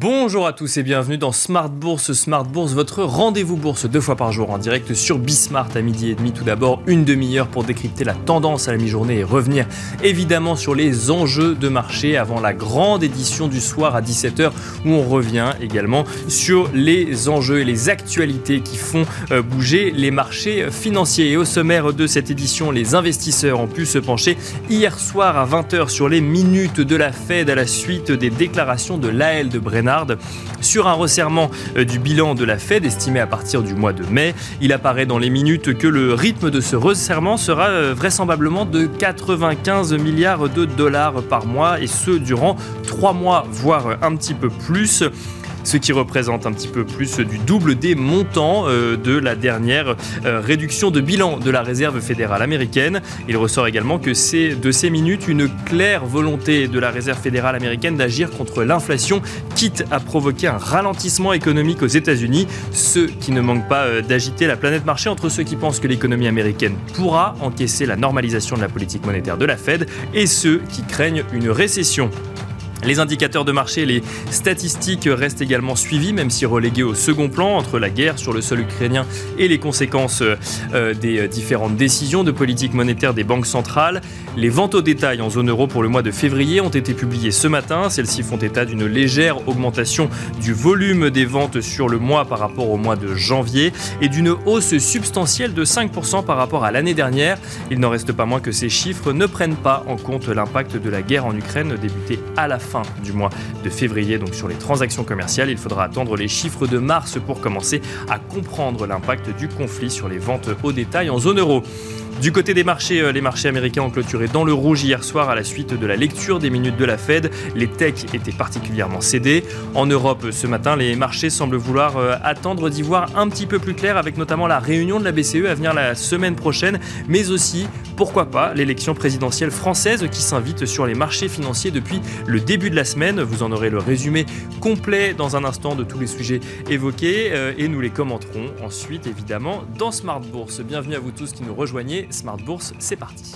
Bonjour à tous et bienvenue dans Smart Bourse. Smart Bourse, votre rendez-vous bourse 2 fois par jour en direct sur Bismart à 12h30. Tout d'abord, une demi-heure pour décrypter la tendance à la mi-journée et revenir évidemment sur les enjeux de marché avant la grande édition du soir à 17h où on revient également sur les enjeux et les actualités qui font bouger les marchés financiers. Et au sommaire de cette édition, les investisseurs ont pu se pencher hier soir à 20h sur les minutes de la Fed à la suite des déclarations de l'AL de Brainard sur un resserrement du bilan de la Fed estimé à partir du mois de mai. Il apparaît dans les minutes que le rythme de ce resserrement sera vraisemblablement de 95 milliards de dollars par mois et ce durant 3 mois, voire un petit peu plus. Ce qui représente un petit peu plus du double des montants de la dernière réduction de bilan de la Réserve fédérale américaine. Il ressort également que c'est de ces minutes une claire volonté de la Réserve fédérale américaine d'agir contre l'inflation, quitte à provoquer un ralentissement économique aux États-Unis. Ceux qui ne manquent pas d'agiter la planète marché entre ceux qui pensent que l'économie américaine pourra encaisser la normalisation de la politique monétaire de la Fed et ceux qui craignent une récession. Les indicateurs de marché et les statistiques restent également suivis, même si relégués au second plan entre la guerre sur le sol ukrainien et les conséquences des différentes décisions de politique monétaire des banques centrales. Les ventes au détail en zone euro pour le mois de février ont été publiées ce matin. Celles-ci font état d'une légère augmentation du volume des ventes sur le mois par rapport au mois de janvier et d'une hausse substantielle de 5% par rapport à l'année dernière. Il n'en reste pas moins que ces chiffres ne prennent pas en compte l'impact de la guerre en Ukraine débutée à la fin du mois de février. Donc sur les transactions commerciales, il faudra attendre les chiffres de mars pour commencer à comprendre l'impact du conflit sur les ventes au détail en zone euro. Du côté des marchés, les marchés américains ont clôturé dans le rouge hier soir à la suite de la lecture des minutes de la Fed. Les techs étaient particulièrement cédés. En Europe, ce matin, les marchés semblent vouloir attendre d'y voir un petit peu plus clair avec notamment la réunion de la BCE à venir la semaine prochaine, mais aussi, pourquoi pas, l'élection présidentielle française qui s'invite sur les marchés financiers depuis le début de la semaine. Vous en aurez le résumé complet dans un instant de tous les sujets évoqués et nous les commenterons ensuite évidemment dans Smart Bourse. Bienvenue à vous tous qui nous rejoignez. Smart Bourse, c'est parti.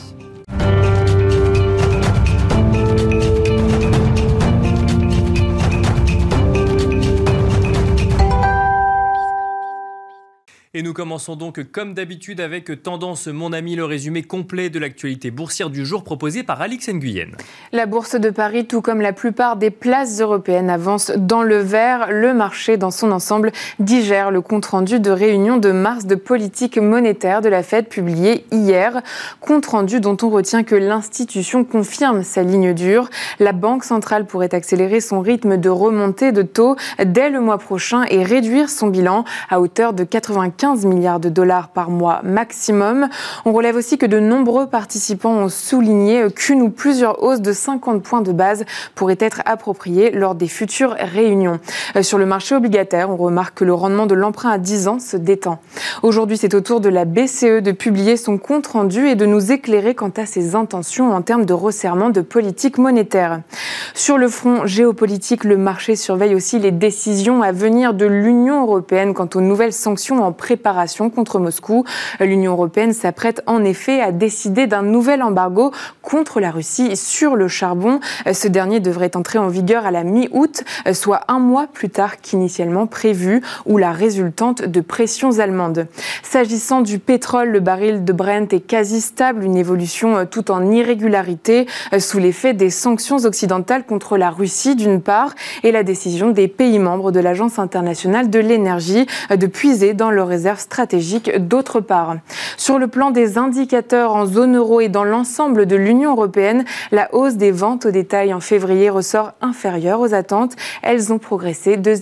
Et nous commençons donc comme d'habitude avec Tendance Mon Ami, le résumé complet de l'actualité boursière du jour proposé par Alix Nguyen. La bourse de Paris, tout comme la plupart des places européennes, avance dans le vert. Le marché dans son ensemble digère le compte-rendu de réunion de mars de politique monétaire de la Fed publié hier. Compte-rendu dont on retient que l'institution confirme sa ligne dure. La Banque centrale pourrait accélérer son rythme de remontée de taux dès le mois prochain et réduire son bilan à hauteur de 95 milliards de dollars par mois maximum. On relève aussi que de nombreux participants ont souligné qu'une ou plusieurs hausses de 50 points de base pourraient être appropriées lors des futures réunions. Sur le marché obligataire, on remarque que le rendement de l'emprunt à 10 ans se détend. Aujourd'hui, c'est au tour de la BCE de publier son compte-rendu et de nous éclairer quant à ses intentions en termes de resserrement de politique monétaire. Sur le front géopolitique, le marché surveille aussi les décisions à venir de l'Union européenne quant aux nouvelles sanctions en préparation contre Moscou. L'Union européenne s'apprête en effet à décider d'un nouvel embargo contre la Russie sur le charbon. Ce dernier devrait entrer en vigueur à la mi-août, soit un mois plus tard qu'initialement prévu, ou la résultante de pressions allemandes. S'agissant du pétrole, le baril de Brent est quasi stable, une évolution tout en irrégularité sous l'effet des sanctions occidentales contre la Russie d'une part et la décision des pays membres de l'Agence internationale de l'énergie de puiser dans leurs réserves stratégiques d'autre part. Sur le plan des indicateurs en zone euro et dans l'ensemble de l'Union européenne, la hausse des ventes au détail en février ressort inférieure aux attentes. Elles ont progressé de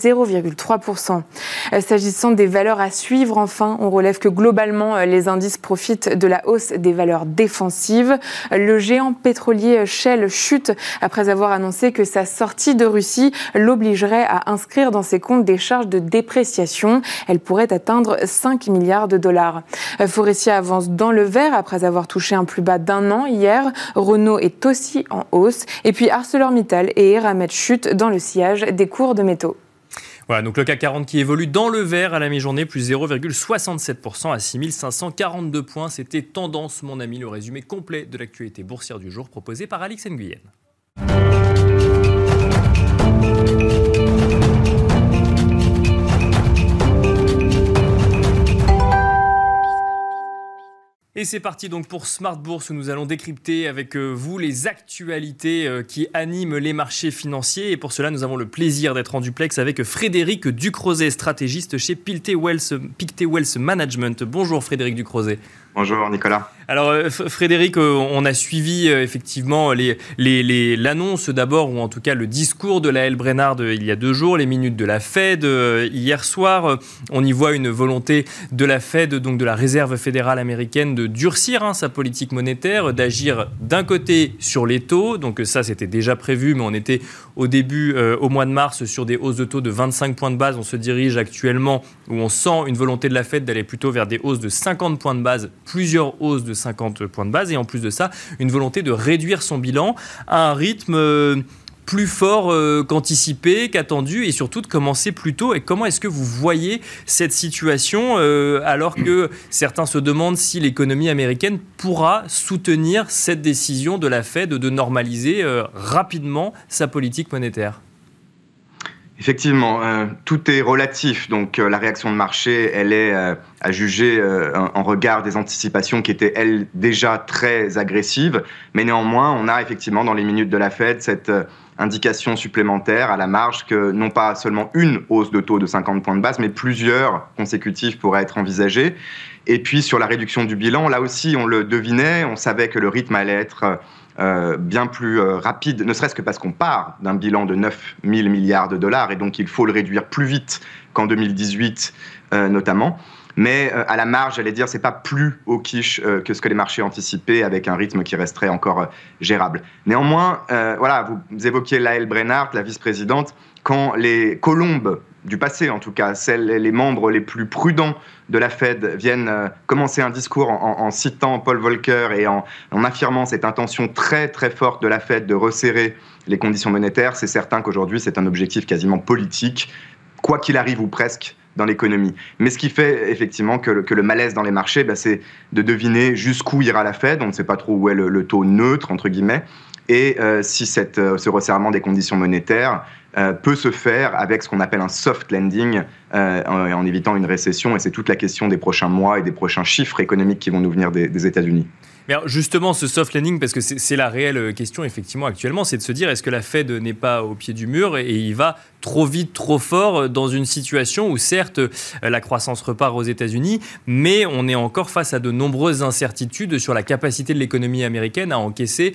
0,3%. S'agissant des valeurs à suivre, enfin, on relève que globalement, les indices profitent de la hausse des valeurs défensives. Le géant pétrolier Shell chute après avoir annoncé que sa sortie de Russie l'obligerait à inscrire dans ses comptes des charges de dépréciation. Elles pourraient atteindre 5 milliards de dollars. Faurecia avance dans le vert après avoir touché un plus bas d'1 an hier. Renault est aussi en hausse. Et puis ArcelorMittal et Eramet chutent dans le sillage des cours de métaux. Voilà, donc le CAC 40 qui évolue dans le vert à la mi-journée, plus 0,67% à 6542 points. C'était Tendance, mon ami, le résumé complet de l'actualité boursière du jour proposé par Alix Nguyen. Et c'est parti donc pour Smart Bourse où nous allons décrypter avec vous les actualités qui animent les marchés financiers. Et pour cela, nous avons le plaisir d'être en duplex avec Frédéric Ducrozet, stratégiste chez Pictet Wealth Management. Bonjour Frédéric Ducrozet. Bonjour Nicolas. Alors Frédéric, on a suivi effectivement l'annonce d'abord, ou en tout cas le discours de Lael Brainard il y a 2 jours, les minutes de la Fed hier soir. On y voit une volonté de la Fed, donc de la Réserve fédérale américaine, de durcir sa politique monétaire, d'agir d'un côté sur les taux. Donc ça c'était déjà prévu, mais on était au début, au mois de mars, sur des hausses de taux de 25 points de base. On se dirige actuellement, où on sent une volonté de la Fed d'aller plutôt vers des hausses de 50 points de base, plusieurs hausses de 50 points de base, et en plus de ça, une volonté de réduire son bilan à un rythme plus fort qu'anticipé, qu'attendu, et surtout de commencer plus tôt. Et comment est-ce que vous voyez cette situation alors que certains se demandent si l'économie américaine pourra soutenir cette décision de la Fed de normaliser rapidement sa politique monétaire ? Effectivement, tout est relatif. Donc la réaction de marché, elle est à juger en regard des anticipations qui étaient, elles, déjà très agressives. Mais néanmoins, on a effectivement dans les minutes de la Fed cette indication supplémentaire à la marge que non pas seulement une hausse de taux de 50 points de base, mais plusieurs consécutives pourraient être envisagées. Et puis sur la réduction du bilan, là aussi on le devinait, on savait que le rythme allait être bien plus rapide, ne serait-ce que parce qu'on part d'un bilan de 9 000 milliards de dollars, et donc il faut le réduire plus vite qu'en 2018 notamment. Mais à la marge, j'allais dire, c'est pas plus au quiche que ce que les marchés anticipaient, avec un rythme qui resterait encore gérable. Néanmoins, voilà, vous évoquiez Lael Brainard, la vice-présidente, quand les colombes du passé en tout cas, les membres les plus prudents de la Fed viennent commencer un discours en citant Paul Volcker et en affirmant cette intention très très forte de la Fed de resserrer les conditions monétaires, c'est certain qu'aujourd'hui c'est un objectif quasiment politique, quoi qu'il arrive ou presque dans l'économie. Mais ce qui fait effectivement que le malaise dans les marchés, c'est de deviner jusqu'où ira la Fed. On ne sait pas trop où est le taux neutre, entre guillemets, et si ce resserrement des conditions monétaires peut se faire avec ce qu'on appelle un soft landing, en évitant une récession. Et c'est toute la question des prochains mois et des prochains chiffres économiques qui vont nous venir des États-Unis. Mais alors justement, ce soft landing, parce que c'est la réelle question effectivement actuellement, c'est de se dire, est-ce que la Fed n'est pas au pied du mur et il va trop vite, trop fort dans une situation où certes la croissance repart aux États-Unis, mais on est encore face à de nombreuses incertitudes sur la capacité de l'économie américaine à encaisser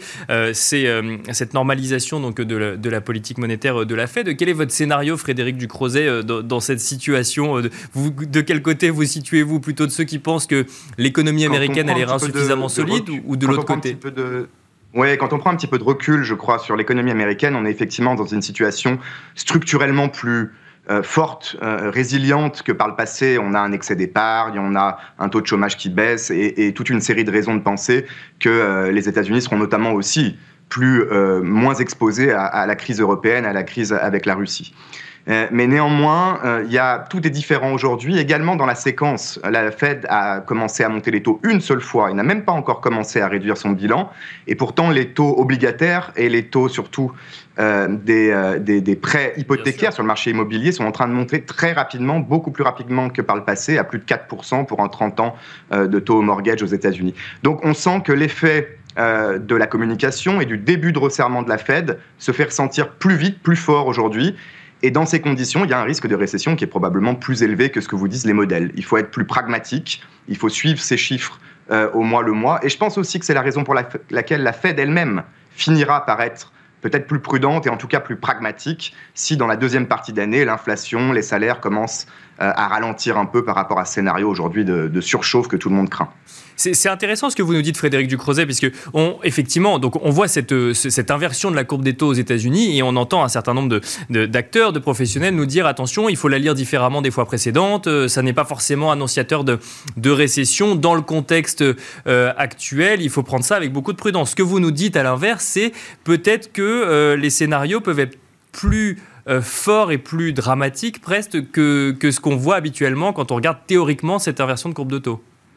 cette normalisation donc, de la politique monétaire de la Fed. Quel est votre scénario, Frédéric Ducrozet, dans cette situation ? De quel côté vous situez-vous ? Plutôt de ceux qui pensent que l'économie américaine elle est insuffisamment solide ou de l'autre côté ? Oui, quand on prend un petit peu de recul, je crois, sur l'économie américaine, on est effectivement dans une situation structurellement plus forte, résiliente que par le passé. On a un excès d'épargne, on a un taux de chômage qui baisse et toute une série de raisons de penser que les États-Unis seront notamment aussi moins exposés à la crise européenne, à la crise avec la Russie. Mais néanmoins, tout est différent aujourd'hui. Également dans la séquence, la Fed a commencé à monter les taux une seule fois. Il n'a même pas encore commencé à réduire son bilan. Et pourtant, les taux obligataires et les taux surtout des prêts hypothécaires sur le marché immobilier sont en train de monter très rapidement, beaucoup plus rapidement que par le passé, à plus de 4% pour un 30 ans de taux mortgage aux États-Unis. Donc on sent que l'effet de la communication et du début de resserrement de la Fed se fait ressentir plus vite, plus fort aujourd'hui. Et dans ces conditions, il y a un risque de récession qui est probablement plus élevé que ce que vous disent les modèles. Il faut être plus pragmatique, il faut suivre ces chiffres au mois le mois. Et je pense aussi que c'est la raison pour laquelle la Fed elle-même finira par être peut-être plus prudente et en tout cas plus pragmatique si dans la deuxième partie d'année, l'inflation, les salaires commencent à ralentir un peu par rapport à ce scénario aujourd'hui de surchauffe que tout le monde craint. C'est intéressant ce que vous nous dites, Frédéric Ducrozet, puisque effectivement, donc on voit cette inversion de la courbe des taux aux États-Unis et on entend un certain nombre d'acteurs, de professionnels nous dire attention, il faut la lire différemment des fois précédentes, ça n'est pas forcément annonciateur de récession. Dans le contexte actuel, il faut prendre ça avec beaucoup de prudence. Ce que vous nous dites à l'inverse, c'est peut-être que les scénarios peuvent être plus forts et plus dramatiques presque que ce qu'on voit habituellement quand on regarde théoriquement cette inversion de courbe de taux.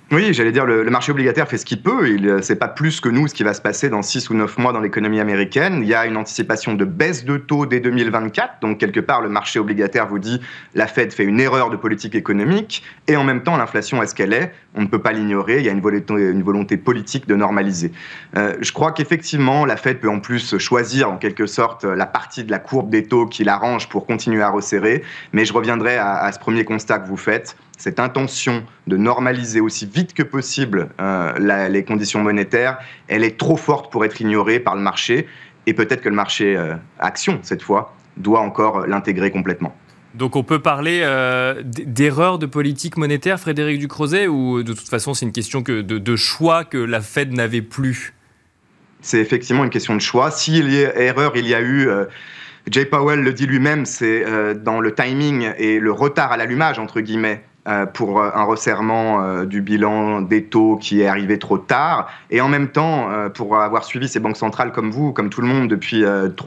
Oui, j'allais dire, le marché obligataire fait ce qu'il peut. Il ne sait pas plus que nous ce qui va se passer dans 6 ou 9 mois dans l'économie américaine. Il y a une anticipation de baisse de taux dès 2024. Donc, quelque part, le marché obligataire vous dit la Fed fait une erreur de politique économique. Et en même temps, l'inflation est ce qu'elle est. On ne peut pas l'ignorer. Il y a une volonté politique de normaliser. Je crois qu'effectivement, la Fed peut en plus choisir, en quelque sorte, la partie de la courbe des taux qui l'arrange pour continuer à resserrer. Mais je reviendrai à ce premier constat que vous faites. Cette intention de normaliser aussi vite que possible les conditions monétaires, elle est trop forte pour être ignorée par le marché. Et peut-être que le marché action, cette fois, doit encore l'intégrer complètement. Donc on peut parler d'erreur de politique monétaire, Frédéric Ducrozet, ou de toute façon c'est une question de choix que la Fed n'avait plus? C'est effectivement une question de choix. S'il y a erreur, il y a eu... Jay Powell le dit lui-même, c'est dans le timing et le retard à l'allumage, entre guillemets, pour un resserrement du bilan des taux qui est arrivé trop tard. Et en même temps, pour avoir suivi ces banques centrales comme vous, comme tout le monde depuis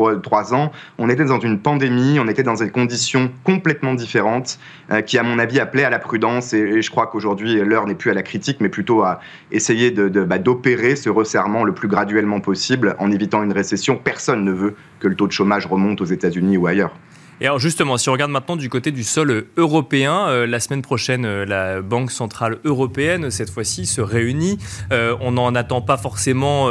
3 ans, on était dans une pandémie, on était dans des conditions complètement différentes qui, à mon avis, appelaient à la prudence. Et je crois qu'aujourd'hui, l'heure n'est plus à la critique, mais plutôt à essayer d'opérer ce resserrement le plus graduellement possible en évitant une récession. Personne ne veut que le taux de chômage remonte aux États-Unis ou ailleurs. Et alors justement, si on regarde maintenant du côté du sol européen, la semaine prochaine, la Banque Centrale Européenne, cette fois-ci, se réunit. On n'en attend pas forcément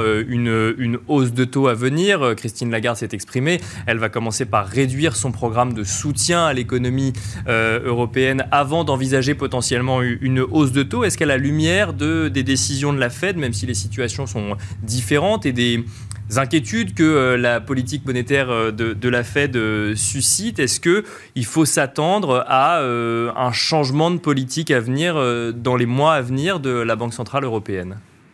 une hausse de taux à venir. Christine Lagarde s'est exprimée. Elle va commencer par réduire son programme de soutien à l'économie européenne avant d'envisager potentiellement une hausse de taux. Est-ce qu'à la lumière des décisions de la Fed, même si les situations sont différentes et des inquiétudes que la politique monétaire de la Fed suscite, est-ce qu'il faut s'attendre à un changement de politique à venir dans les mois à venir de la Banque Centrale Européenne ?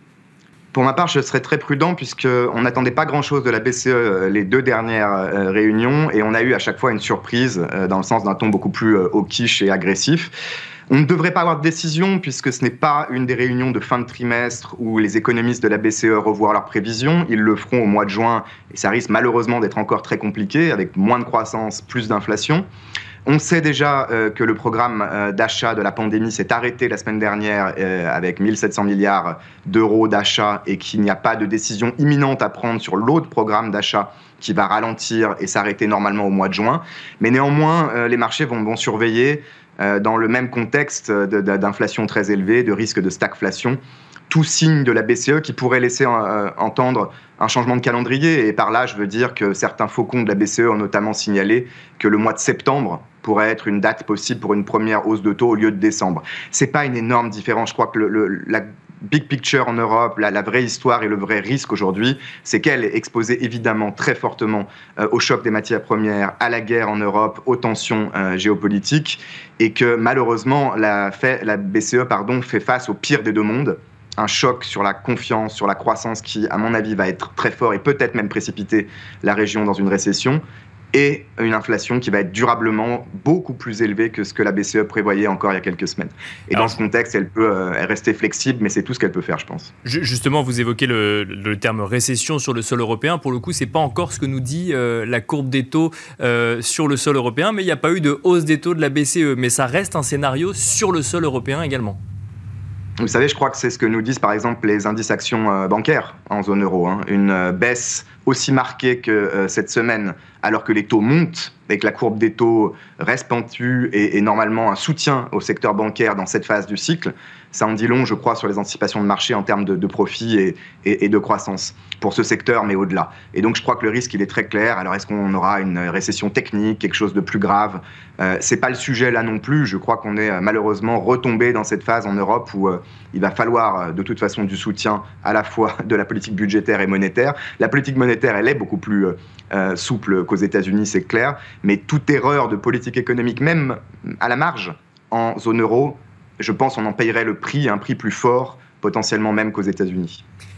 Pour ma part, je serais très prudent puisqu'on n'attendait pas grand-chose de la BCE les 2 dernières réunions et on a eu à chaque fois une surprise dans le sens d'un ton beaucoup plus hawkish et agressif. On ne devrait pas avoir de décision puisque ce n'est pas une des réunions de fin de trimestre où les économistes de la BCE revoient leurs prévisions. Ils le feront au mois de juin et ça risque malheureusement d'être encore très compliqué avec moins de croissance, plus d'inflation. On sait déjà que le programme d'achat de la pandémie s'est arrêté la semaine dernière avec 1 700 milliards d'euros d'achat et qu'il n'y a pas de décision imminente à prendre sur l'autre programme d'achat qui va ralentir et s'arrêter normalement au mois de juin. Mais néanmoins, les marchés vont surveiller dans le même contexte d'inflation très élevée, de risque de stagflation, tout signe de la BCE qui pourrait laisser entendre un changement de calendrier. Et par là, je veux dire que certains faucons de la BCE ont notamment signalé que le mois de septembre pourrait être une date possible pour une première hausse de taux au lieu de décembre. C'est pas une énorme différence. Je crois que la big picture en Europe, la vraie histoire et le vrai risque aujourd'hui, c'est qu'elle est exposée évidemment très fortement au choc des matières premières, à la guerre en Europe, aux tensions géopolitiques, et que malheureusement la BCE fait face au pire des 2 mondes. Un choc sur la confiance, sur la croissance qui, à mon avis, va être très fort et peut-être même précipiter la région dans une récession, et une inflation qui va être durablement beaucoup plus élevée que ce que la BCE prévoyait encore il y a quelques semaines. Et dans ce contexte, elle peut rester flexible, mais c'est tout ce qu'elle peut faire, je pense. Justement, vous évoquez le terme récession sur le sol européen. Pour le coup, ce n'est pas encore ce que nous dit la courbe des taux sur le sol européen, mais il n'y a pas eu de hausse des taux de la BCE. Mais ça reste un scénario sur le sol européen également. Vous savez, je crois que c'est ce que nous disent par exemple les indices actions bancaires en zone euro. Une baisse aussi marquée que cette semaine, alors que les taux montent et que la courbe des taux reste pentue et normalement un soutien au secteur bancaire dans cette phase du cycle, ça en dit long, je crois, sur les anticipations de marché en termes de profit et de croissance pour ce secteur, mais au-delà. Et donc, je crois que le risque, il est très clair. Alors, est-ce qu'on aura une récession technique, quelque chose de plus grave ? C'est pas le sujet là non plus. Je crois qu'on est malheureusement retombé dans cette phase en Europe où il va falloir de toute façon du soutien à la fois de la politique budgétaire et monétaire. La politique monétaire, elle est beaucoup plus souple qu'aux États-Unis, c'est clair. Mais toute erreur de politique économique, même à la marge, en zone euro, je pense qu'on en payerait le prix, un prix plus fort, potentiellement même qu'aux États-Unis.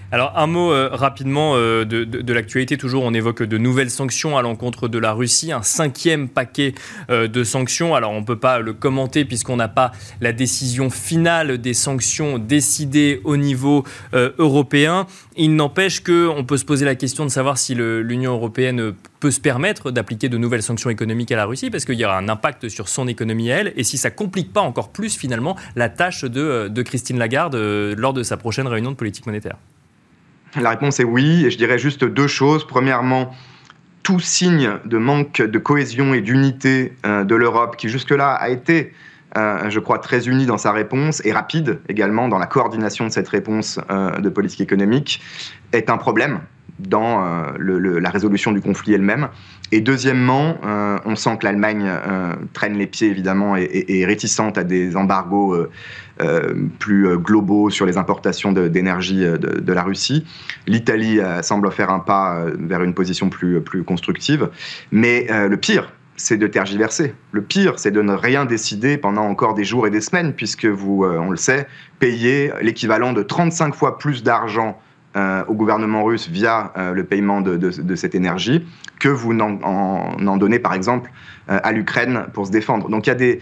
Alors un mot rapidement de l'actualité. Toujours, on évoque de nouvelles sanctions à l'encontre de la Russie, un 5e paquet de sanctions. Alors on ne peut pas le commenter puisqu'on n'a pas la décision finale des sanctions décidées au niveau européen. Il n'empêche qu'on peut se poser la question de savoir si l'Union européenne peut se permettre d'appliquer de nouvelles sanctions économiques à la Russie, parce qu'il y aura un impact sur son économie à elle, et si ça ne complique pas encore plus finalement la tâche de Christine Lagarde lors de sa prochaine réunion de politique monétaire. La réponse est oui, et je dirais juste 2 choses. Premièrement, tout signe de manque de cohésion et d'unité de l'Europe, qui jusque-là a été, je crois, très unie dans sa réponse, et rapide également dans la coordination de cette réponse de politique économique, est un problème dans la résolution du conflit elle-même. Et deuxièmement, on sent que l'Allemagne traîne les pieds, évidemment, et est réticente à des embargos plus globaux sur les importations d'énergie de la Russie. L'Italie semble faire un pas vers une position plus constructive. Mais le pire, c'est de tergiverser. Le pire, c'est de ne rien décider pendant encore des jours et des semaines, puisque vous, on le sait, payez l'équivalent de 35 fois plus d'argent au gouvernement russe via le paiement de cette énergie que vous n'en donnez par exemple à l'Ukraine pour se défendre. Donc il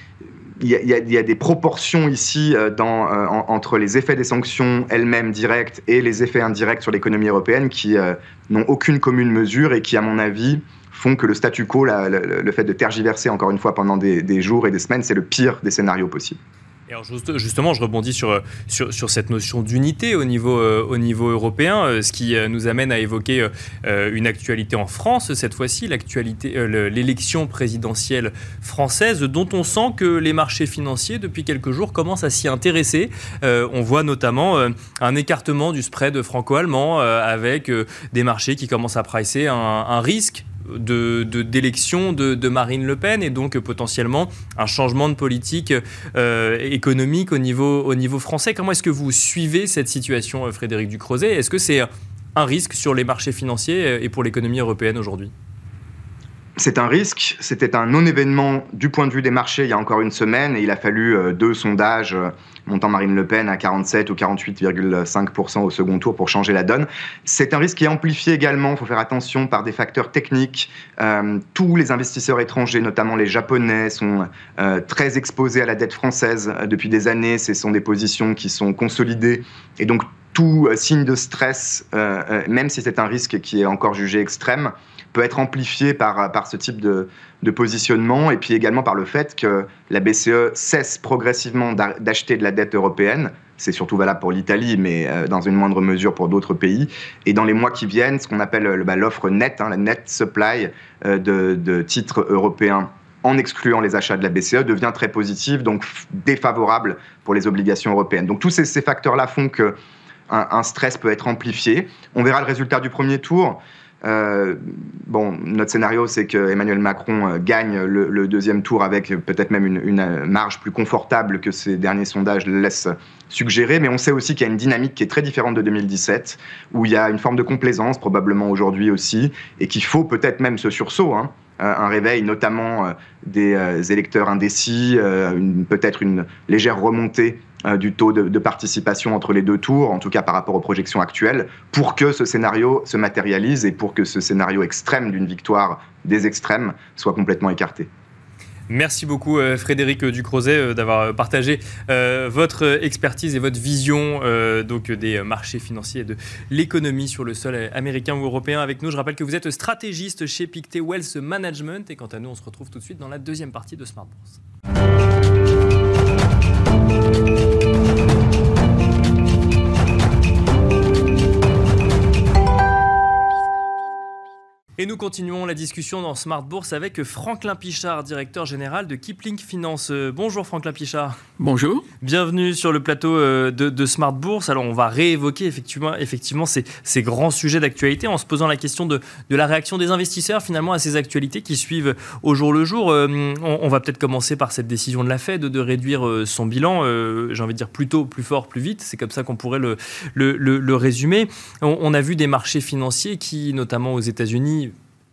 y a des proportions ici entre les effets des sanctions elles-mêmes directes et les effets indirects sur l'économie européenne qui n'ont aucune commune mesure et qui, à mon avis, font que le statu quo, le fait de tergiverser encore une fois pendant des jours et des semaines, c'est le pire des scénarios possibles. Et alors justement, je rebondis sur cette notion d'unité au niveau européen, ce qui nous amène à évoquer une actualité en France, cette fois-ci, l'élection présidentielle française, dont on sent que les marchés financiers, depuis quelques jours, commencent à s'y intéresser. On voit notamment un écartement du spread franco-allemand, avec des marchés qui commencent à pricer un risque d'élection de Marine Le Pen, et donc potentiellement un changement de politique économique au niveau français. Comment est-ce que vous suivez cette situation, Frédéric Ducrozet ? Est-ce que c'est un risque sur les marchés financiers et pour l'économie européenne aujourd'hui ? C'est un risque, c'était un non-événement du point de vue des marchés il y a encore une semaine, et il a fallu 2 sondages montant Marine Le Pen à 47 ou 48,5% au second tour pour changer la donne. C'est un risque qui est amplifié également, il faut faire attention, par des facteurs techniques. Tous les investisseurs étrangers, notamment les Japonais, sont très exposés à la dette française depuis des années. Ce sont des positions qui sont consolidées, et donc tout signe de stress, même si c'est un risque qui est encore jugé extrême, peut être amplifié par ce type de positionnement, et puis également par le fait que la BCE cesse progressivement d'acheter de la dette européenne. C'est surtout valable pour l'Italie, mais dans une moindre mesure pour d'autres pays. Et dans les mois qui viennent, ce qu'on appelle l'offre nette, la net supply de titres européens, en excluant les achats de la BCE, devient très positive, donc défavorable pour les obligations européennes. Donc tous ces facteurs-là font qu'un stress peut être amplifié. On verra le résultat du premier tour. Notre scénario, c'est que Emmanuel Macron gagne le deuxième tour avec peut-être même une marge plus confortable que ces derniers sondages le laissent suggérer. Mais on sait aussi qu'il y a une dynamique qui est très différente de 2017, où il y a une forme de complaisance, probablement aujourd'hui aussi, et qu'il faut peut-être même ce sursaut, un réveil notamment des électeurs indécis, peut-être une légère remontée du taux de participation entre les 2 tours, en tout cas par rapport aux projections actuelles, pour que ce scénario se matérialise et pour que ce scénario extrême d'une victoire des extrêmes soit complètement écarté. Merci beaucoup Frédéric Ducrozet d'avoir partagé votre expertise et votre vision donc des marchés financiers et de l'économie sur le sol américain ou européen avec nous. Je rappelle que vous êtes stratégiste chez Pictet Wealth Management, et quant à nous, on se retrouve tout de suite dans la deuxième partie de Smart Bourse. Et nous continuons la discussion dans Smart Bourse avec Franklin Pichard, directeur général de Kipling Finance. Bonjour Franklin Pichard. Bonjour. Bienvenue sur le plateau de Smart Bourse. Alors on va réévoquer effectivement ces grands sujets d'actualité en se posant la question de la réaction des investisseurs finalement à ces actualités qui suivent au jour le jour. On va peut-être commencer par cette décision de la Fed de réduire son bilan. J'ai envie de dire plus tôt, plus fort, plus vite. C'est comme ça qu'on pourrait le résumer. On a vu des marchés financiers qui, notamment aux États-Unis,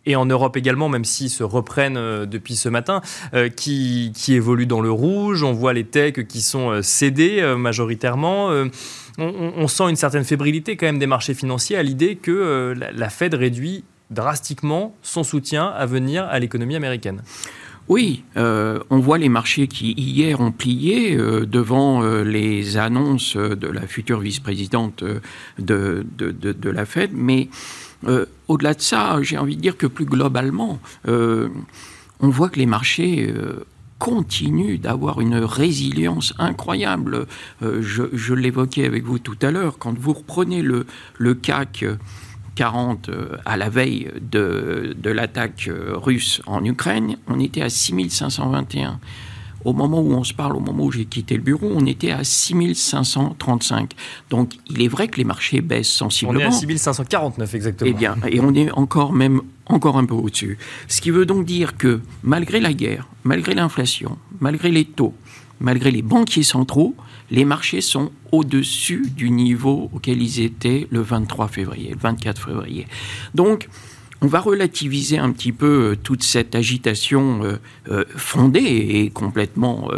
et en Europe également, même s'ils se reprennent depuis ce matin, qui évoluent dans le rouge. On voit les techs qui sont cédés majoritairement. On sent une certaine fébrilité quand même des marchés financiers à l'idée que la Fed réduit drastiquement son soutien à venir à l'économie américaine. Oui, on voit les marchés qui hier ont plié devant les annonces de la future vice-présidente de la Fed, mais au-delà de ça, j'ai envie de dire que plus globalement, on voit que les marchés continuent d'avoir une résilience incroyable. Je l'évoquais avec vous tout à l'heure, quand vous reprenez le CAC 40 à la veille de l'attaque russe en Ukraine, on était à 6521. Au moment où on se parle, au moment où j'ai quitté le bureau, on était à 6535. Donc, il est vrai que les marchés baissent sensiblement. On est à 6549 exactement. Eh bien, et on est encore un peu au-dessus. Ce qui veut donc dire que malgré la guerre, malgré l'inflation, malgré les taux, malgré les banquiers centraux, les marchés sont au-dessus du niveau auquel ils étaient le 23 février, le 24 février. Donc, on va relativiser un petit peu toute cette agitation fondée et complètement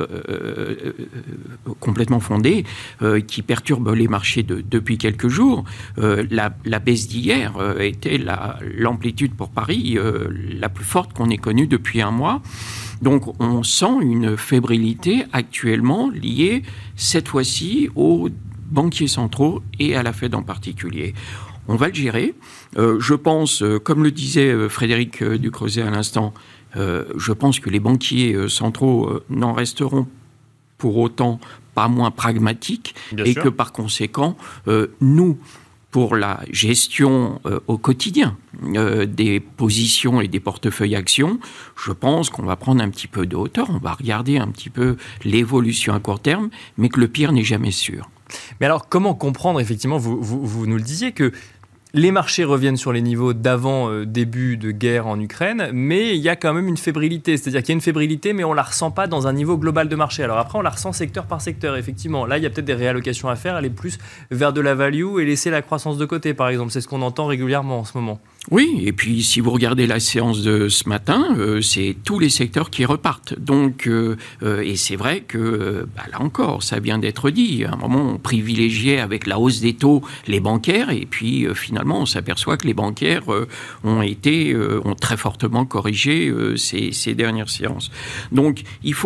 fondée qui perturbe les marchés depuis quelques jours. La baisse d'hier était l'amplitude pour Paris la plus forte qu'on ait connue depuis un mois. Donc on sent une fébrilité actuellement liée cette fois-ci aux banquiers centraux et à la Fed en particulier. On va le gérer. Je pense, comme le disait Frédéric Ducreuset à l'instant, je pense que les banquiers centraux n'en resteront pour autant pas moins pragmatiques. Bien et sûr. Que par conséquent, nous, pour la gestion au quotidien des positions et des portefeuilles actions, je pense qu'on va prendre un petit peu de hauteur, on va regarder un petit peu l'évolution à court terme, mais que le pire n'est jamais sûr. Mais alors, comment comprendre, effectivement, vous nous le disiez, que les marchés reviennent sur les niveaux d'avant début de guerre en Ukraine, mais il y a quand même une fébrilité. C'est-à-dire qu'il y a une fébrilité, mais on ne la ressent pas dans un niveau global de marché. Alors après, on la ressent secteur par secteur, effectivement. Là, il y a peut-être des réallocations à faire, aller plus vers de la value et laisser la croissance de côté, par exemple. C'est ce qu'on entend régulièrement en ce moment. Oui, et puis si vous regardez la séance de ce matin, c'est tous les secteurs qui repartent. Donc, et c'est vrai que, là encore, ça vient d'être dit. À un moment, on privilégiait avec la hausse des taux les bancaires, et puis finalement, on s'aperçoit que les bancaires ont très fortement corrigé ces dernières séances. Donc,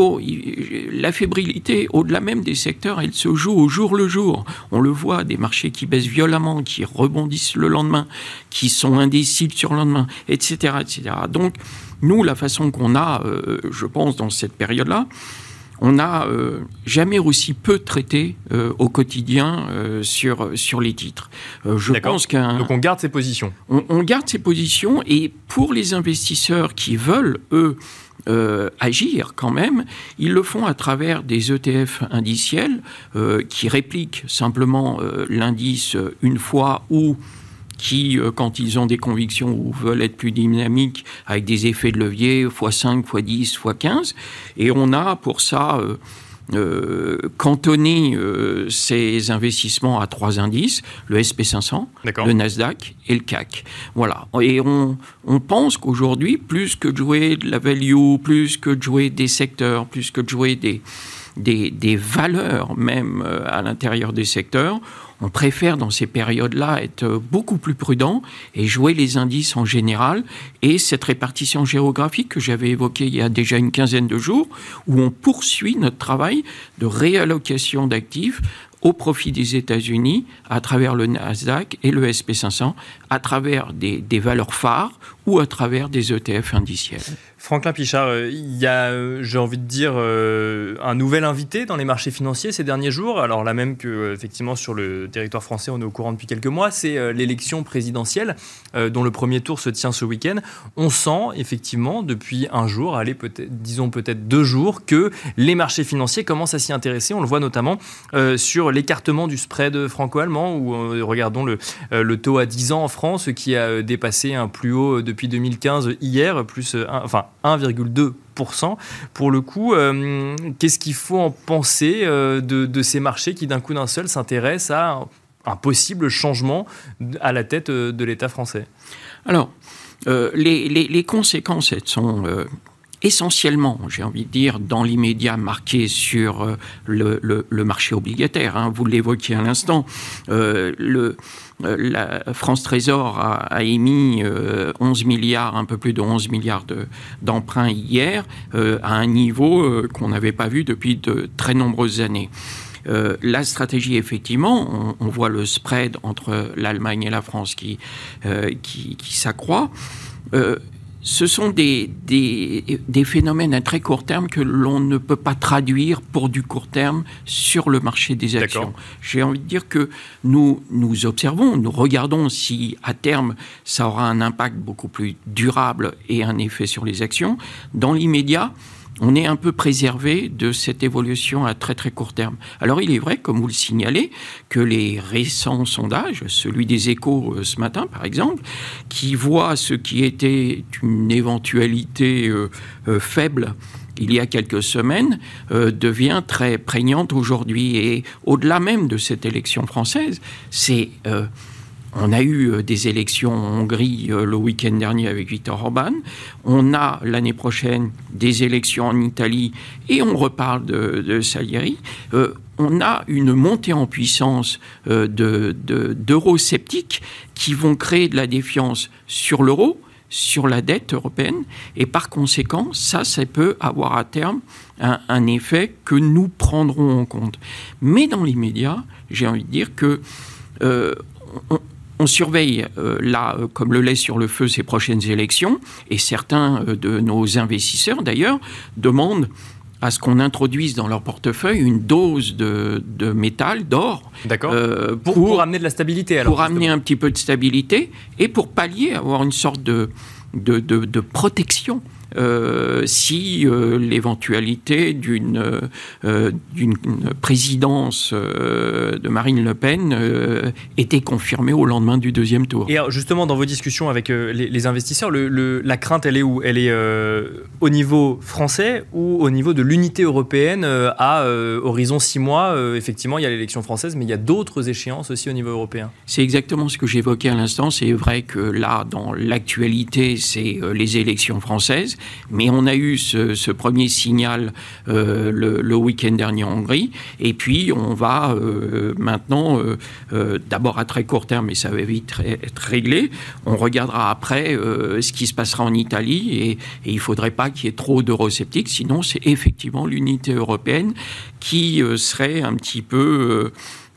la fébrilité, au-delà même des secteurs, elle se joue au jour le jour. On le voit, des marchés qui baissent violemment, qui rebondissent le lendemain, qui sont indécis sur le lendemain, etc., etc. Donc, nous, la façon qu'on a, je pense, dans cette période-là, on n'a jamais aussi peu traité au quotidien sur les titres. Je pense donc on garde ses positions. On garde ses positions, et pour les investisseurs qui veulent, eux, agir quand même, ils le font à travers des ETF indiciels qui répliquent simplement l'indice une fois, ou qui, quand ils ont des convictions ou veulent être plus dynamiques, avec des effets de levier x5, x10, x15. Et on a pour ça cantonné ces investissements à 3 indices, le SP500, le Nasdaq et le CAC. Voilà. Et on pense qu'aujourd'hui, plus que de jouer de la value, plus que de jouer des secteurs, plus que de jouer des valeurs même à l'intérieur des secteurs, on préfère dans ces périodes-là être beaucoup plus prudent et jouer les indices en général. Et cette répartition géographique que j'avais évoquée il y a déjà une quinzaine de jours, où on poursuit notre travail de réallocation d'actifs au profit des États-Unis à travers le Nasdaq et le SP500, à travers des valeurs phares ou à travers des ETF indiciels. Franklin Pichard, il y a, j'ai envie de dire, un nouvel invité dans les marchés financiers ces derniers jours. Alors là même que, effectivement, sur le territoire français, on est au courant depuis quelques mois, c'est l'élection présidentielle dont le premier tour se tient ce week-end. On sent, effectivement, depuis un jour, peut-être 2 jours, que les marchés financiers commencent à s'y intéresser. On le voit notamment sur l'écartement du spread franco-allemand, où regardons le taux à 10 ans en France qui a dépassé un plus haut depuis 2015 hier, plus 1,2%. Pour le coup, qu'est-ce qu'il faut en penser de ces marchés qui d'un coup d'un seul s'intéressent à un possible changement à la tête de l'État français? Alors, les conséquences, elles sont essentiellement, j'ai envie de dire, dans l'immédiat marquées sur le marché obligataire. Hein. Vous l'évoquiez à l'instant. La France Trésor a émis 11 milliards, un peu plus de 11 milliards d'emprunts hier, à un niveau qu'on n'avait pas vu depuis de très nombreuses années. La stratégie, effectivement, on voit le spread entre l'Allemagne et la France qui s'accroît. Ce sont des phénomènes à très court terme que l'on ne peut pas traduire pour du court terme sur le marché des actions. D'accord. J'ai envie de dire que nous observons, nous regardons si à terme ça aura un impact beaucoup plus durable et un effet sur les actions. Dans l'immédiat, on est un peu préservé de cette évolution à très très court terme. Alors il est vrai, comme vous le signalez, que les récents sondages, celui des Échos ce matin par exemple, qui voit ce qui était une éventualité faible il y a quelques semaines, devient très prégnante aujourd'hui. Et au-delà même de cette élection française, on a eu des élections en Hongrie le week-end dernier avec Viktor Orban. On a l'année prochaine des élections en Italie et on reparle de Salieri. On a une montée en puissance d'eurosceptiques qui vont créer de la défiance sur l'euro, sur la dette européenne. Et par conséquent, ça peut avoir à terme un effet que nous prendrons en compte. Mais dans l'immédiat, j'ai envie de dire que on surveille comme le lait sur le feu ces prochaines élections, et certains de nos investisseurs d'ailleurs demandent à ce qu'on introduise dans leur portefeuille une dose de métal, d'or. D'accord. Pour amener de la stabilité alors. Pour amener un petit peu de stabilité et pour pallier, avoir une sorte de protection. Si l'éventualité d'une présidence de Marine Le Pen était confirmée au lendemain du deuxième tour. Et alors justement, dans vos discussions avec les investisseurs, la crainte, elle est où? Elle est au niveau français ou au niveau de l'unité européenne à horizon 6 mois? Effectivement, il y a l'élection française, mais il y a d'autres échéances aussi au niveau européen. C'est exactement ce que j'évoquais à l'instant. C'est vrai que là, dans l'actualité, c'est les élections françaises. Mais on a eu ce premier signal le week-end dernier en Hongrie. Et puis, on va maintenant, d'abord à très court terme, mais ça va vite être réglé. On regardera après ce qui se passera en Italie. Et il ne faudrait pas qu'il y ait trop d'eurosceptiques. Sinon, c'est effectivement l'unité européenne qui serait un petit peu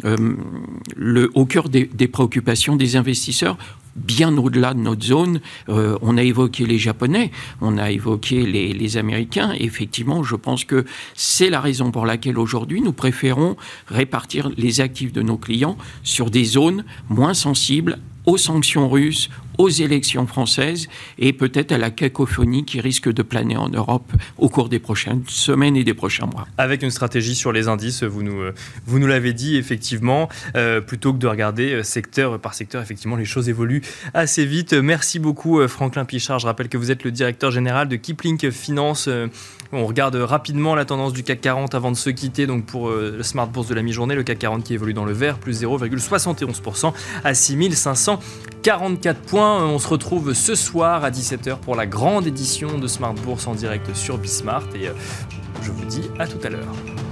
au cœur des préoccupations des investisseurs. Bien au-delà de notre zone, on a évoqué les Japonais, on a évoqué les Américains. Effectivement, je pense que c'est la raison pour laquelle aujourd'hui nous préférons répartir les actifs de nos clients sur des zones moins sensibles aux sanctions russes, aux élections françaises et peut-être à la cacophonie qui risque de planer en Europe au cours des prochaines semaines et des prochains mois. Avec une stratégie sur les indices, vous nous l'avez dit effectivement, plutôt que de regarder secteur par secteur, effectivement les choses évoluent assez vite. Merci beaucoup Franklin Pichard, je rappelle que vous êtes le directeur général de Kipling Finance. On regarde rapidement la tendance du CAC 40 avant de se quitter. Donc pour le Smart Bourse de la mi-journée, le CAC 40 qui évolue dans le vert, plus 0,71% à 6544 points. On se retrouve ce soir à 17h pour la grande édition de Smart Bourse en direct sur Bismart. Et je vous dis à tout à l'heure.